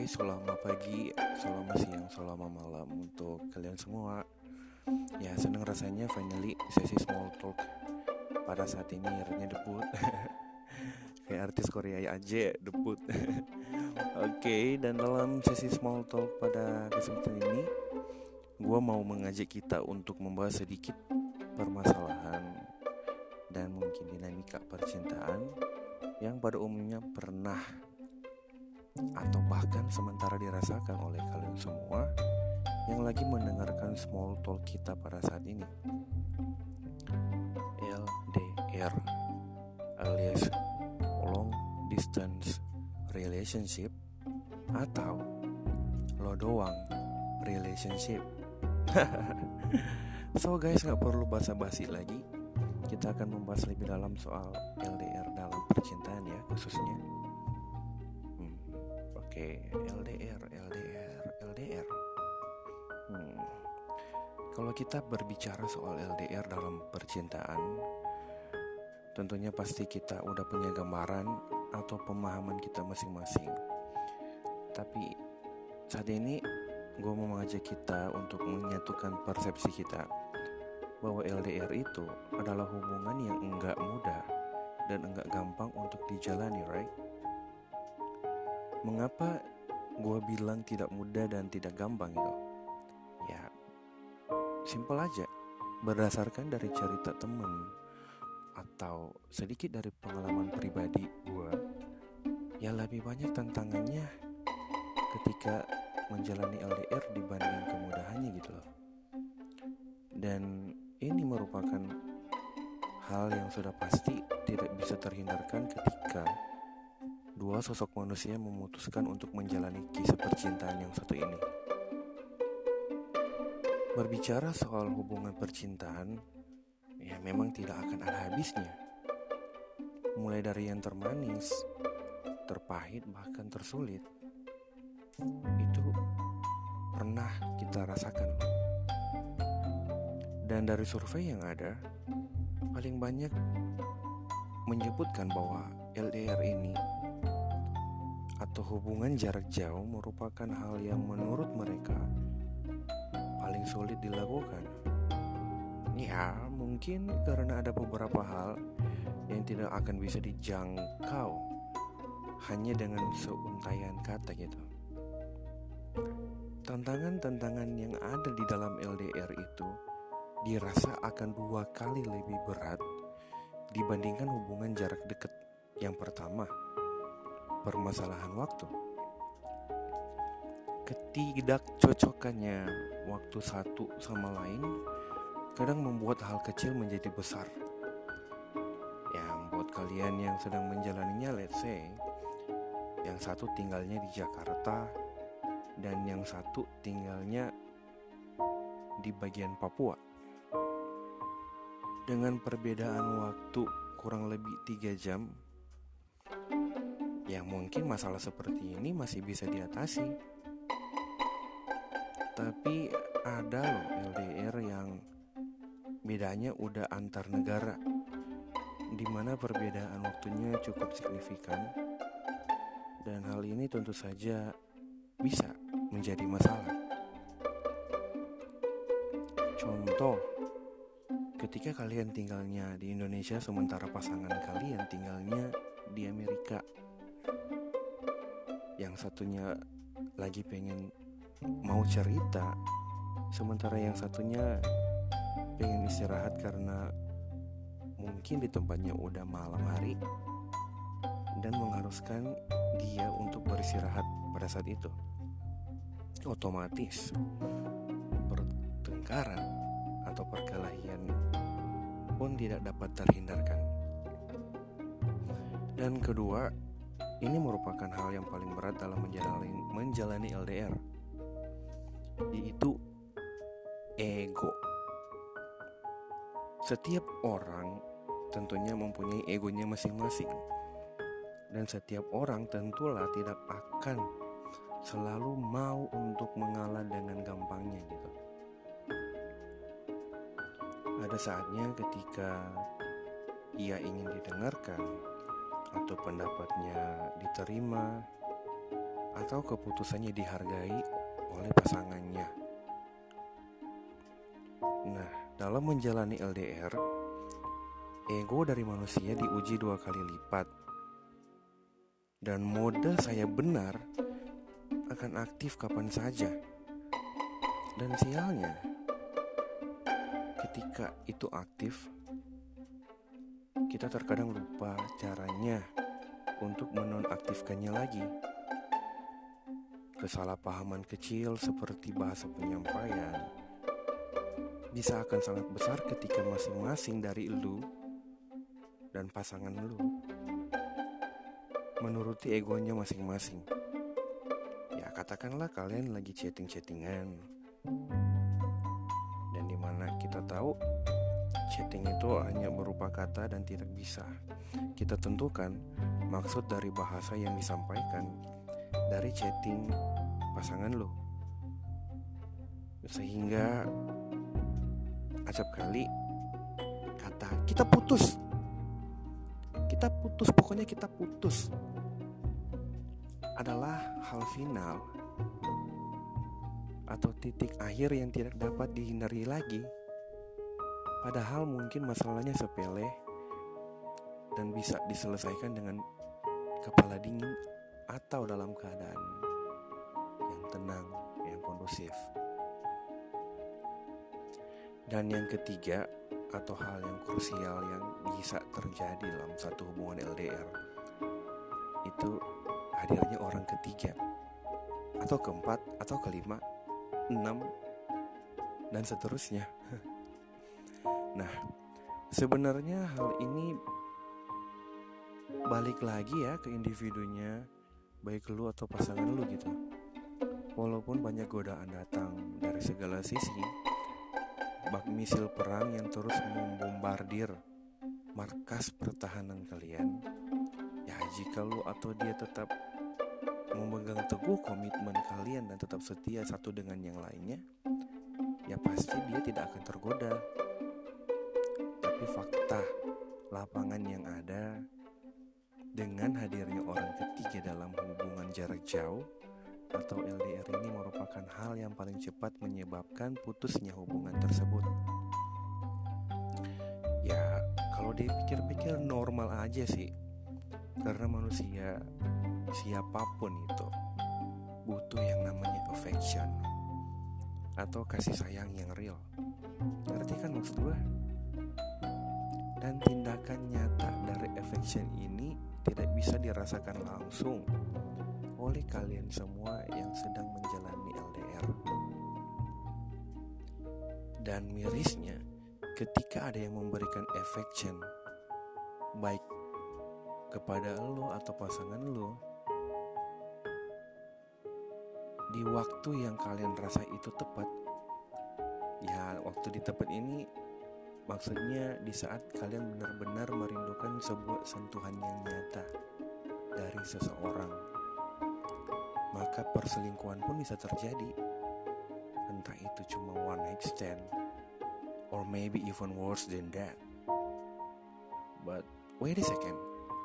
selamat pagi, selamat siang, selamat malam untuk kalian semua. Ya, senang rasanya finally sesi small talk pada saat ini akhirnya debut. Kayak artis Korea aja debut. Oke, dan dalam sesi small talk pada kesempatan ini, gue mau mengajak kita untuk membahas sedikit permasalahan dan mungkin dinamika percintaan yang pada umumnya pernah atau bahkan sementara dirasakan oleh kalian semua yang lagi mendengarkan small talk kita pada saat ini. LDR alias long distance relationship atau lo doang relationship. So guys, gak perlu basa-basi lagi. Kita akan membahas lebih dalam soal LDR dalam percintaan ya, khususnya. Oke, LDR. Kalau kita berbicara soal LDR dalam percintaan, tentunya pasti kita udah punya gambaran atau pemahaman kita masing-masing. Tapi saat ini gue mau mengajak kita untuk menyatukan persepsi kita bahwa LDR itu adalah hubungan yang enggak mudah dan enggak gampang untuk dijalani, right? Mengapa gue bilang tidak mudah dan tidak gampang gitu? Ya, simpel aja. Berdasarkan dari cerita temen atau sedikit dari pengalaman pribadi gue, ya lebih banyak tantangannya ketika menjalani LDR dibanding kemudahannya gitu loh. Dan ini merupakan hal yang sudah pasti tidak bisa terhindarkan ketika dua sosok manusia memutuskan untuk menjalani kisah percintaan yang satu ini. Berbicara soal hubungan percintaan, ya memang tidak akan ada habisnya. Mulai dari yang termanis, terpahit, bahkan tersulit. Itu pernah kita rasakan. Dan dari survei yang ada, paling banyak menyebutkan bahwa LDR ini atau hubungan jarak jauh merupakan hal yang menurut mereka paling sulit dilakukan. Ya, mungkin karena ada beberapa hal yang tidak akan bisa dijangkau hanya dengan seuntaian kata gitu. Tantangan-tantangan yang ada di dalam LDR itu dirasa akan 2 kali lebih berat dibandingkan hubungan jarak dekat. Yang pertama, permasalahan waktu. Ketidakcocokannya waktu satu sama lain kadang membuat hal kecil menjadi besar. Ya, buat kalian yang sedang menjalaninya, let's say yang satu tinggalnya di Jakarta dan yang satu tinggalnya di bagian Papua. Dengan perbedaan waktu kurang lebih 3 jam, ya mungkin masalah seperti ini masih bisa diatasi. Tapi ada loh LDR yang bedanya udah antar negara, dimana perbedaan waktunya cukup signifikan. Dan hal ini tentu saja bisa menjadi masalah. Contoh, ketika kalian tinggalnya di Indonesia sementara pasangan kalian tinggalnya di Amerika. Yang satunya lagi pengen mau cerita, sementara yang satunya pengen istirahat karena mungkin di tempatnya udah malam hari dan mengharuskan dia untuk beristirahat pada saat itu. Otomatis pertengkaran atau perkelahian pun tidak dapat terhindarkan. Dan kedua, ini merupakan hal yang paling berat dalam menjalani LDR, yaitu ego. Setiap orang tentunya mempunyai egonya masing-masing, dan setiap orang tentulah tidak akan selalu mau untuk mengalah dengan gampangnya gitu. Ada saatnya ketika ia ingin didengarkan atau pendapatnya diterima, atau keputusannya dihargai oleh pasangannya. Nah, dalam menjalani LDR, ego dari manusia diuji 2 kali lipat. Dan mode saya benar akan aktif kapan saja. Dan sialnya, ketika itu aktif, kita terkadang lupa caranya untuk menonaktifkannya lagi. Kesalahpahaman kecil seperti bahasa penyampaian bisa akan sangat besar ketika masing-masing dari lu dan pasangan lu menuruti egonya masing-masing. Ya katakanlah kalian lagi chatting-chattingan, dan dimana kita tahu chatting itu hanya berupa kata dan tidak bisa kita tentukan maksud dari bahasa yang disampaikan dari chatting pasangan lo. Sehingga acap kali kata kita putus, pokoknya kita putus adalah hal final atau titik akhir yang tidak dapat dihindari lagi. Padahal mungkin masalahnya sepele dan bisa diselesaikan dengan kepala dingin atau dalam keadaan yang tenang, yang kondusif. Dan yang ketiga, atau hal yang krusial yang bisa terjadi dalam satu hubungan LDR, itu hadirnya orang ketiga, atau keempat, atau kelima, 6, dan seterusnya. Nah, sebenarnya hal ini balik lagi ya ke individunya, baik lu atau pasangan lu gitu. Walaupun banyak godaan datang dari segala sisi, bak misil perang yang terus membombardir markas pertahanan kalian, ya jika lu atau dia tetap memegang teguh komitmen kalian dan tetap setia satu dengan yang lainnya, ya pasti dia tidak akan tergoda. Tapi fakta lapangan yang ada dengan hadirnya orang ketiga dalam hubungan jarak jauh atau LDR ini merupakan hal yang paling cepat menyebabkan putusnya hubungan tersebut. Ya, kalau dipikir-pikir normal aja sih. Karena manusia, siapapun itu, butuh yang namanya affection atau kasih sayang yang real. Ngerti kan maksud gue? Dan tindakan nyata dari affection ini tidak bisa dirasakan langsung oleh kalian semua yang sedang menjalani LDR. Dan mirisnya, ketika ada yang memberikan affection baik kepada lo atau pasangan lo di waktu yang kalian rasa itu tepat, ya waktu di tepat ini maksudnya di saat kalian benar-benar merindukan sebuah sentuhan yang nyata dari seseorang, maka perselingkuhan pun bisa terjadi. Entah itu cuma one night stand or maybe even worse than that. But wait a second,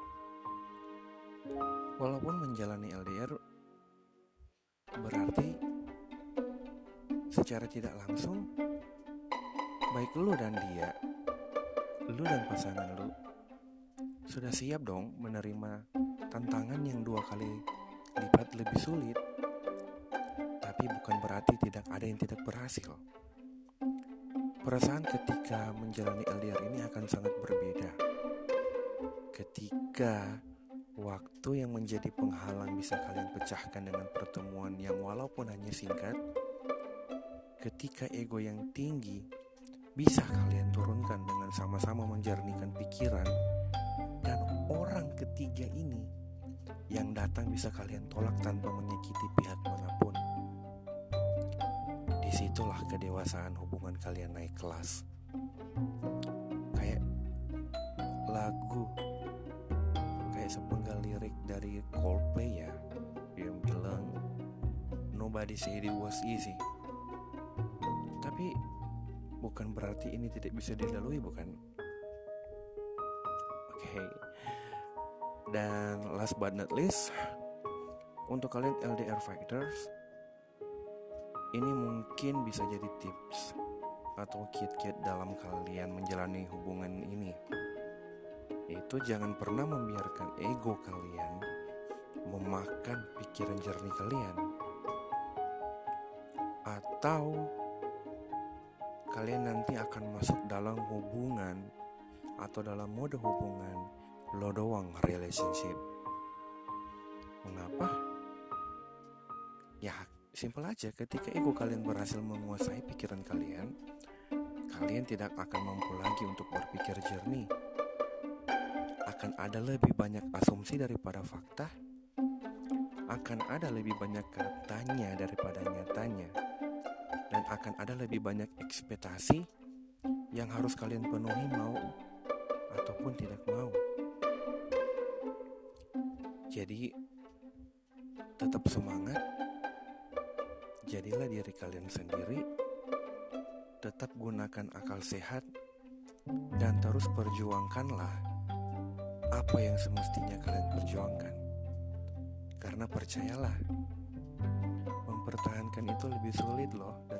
walaupun menjalani LDR berarti secara tidak langsung baik lu dan dia, lu dan pasangan lu sudah siap dong menerima tantangan yang 2 kali lipat lebih sulit. Tapi bukan berarti tidak ada yang tidak berhasil. Perasaan ketika menjalani LDR ini akan sangat berbeda. Ketika waktu yang menjadi penghalang bisa kalian pecahkan dengan pertemuan yang walaupun hanya singkat, ketika ego yang tinggi bisa kalian turunkan dengan sama-sama menjernihkan pikiran, dan orang ketiga ini yang datang bisa kalian tolak tanpa menyakiti pihak manapun. Disitulah kedewasaan hubungan kalian naik kelas. Kayak lagu, kayak sepenggal lirik dari Coldplay ya, yang bilang nobody said it was easy. Tapi bukan berarti ini tidak bisa dilalui, bukan? Oke. Dan last but not least, Untuk kalian LDR fighters, ini mungkin bisa jadi tips atau kiat-kiat dalam kalian menjalani hubungan ini. Yaitu jangan pernah membiarkan ego kalian memakan pikiran jernih kalian. Atau kalian nanti akan masuk dalam hubungan atau dalam mode hubungan lo doang relationship. Mengapa? Ya simpel aja, ketika ego kalian berhasil menguasai pikiran kalian tidak akan mampu lagi untuk berpikir jernih. Akan ada lebih banyak asumsi daripada fakta. Akan ada lebih banyak katanya daripada nyatanya. Dan akan ada lebih banyak ekspektasi yang harus kalian penuhi mau ataupun tidak mau. Jadi tetap semangat. Jadilah diri kalian sendiri. Tetap gunakan akal sehat dan terus perjuangkanlah apa yang semestinya kalian perjuangkan. Karena percayalah, mempertahankan itu lebih sulit loh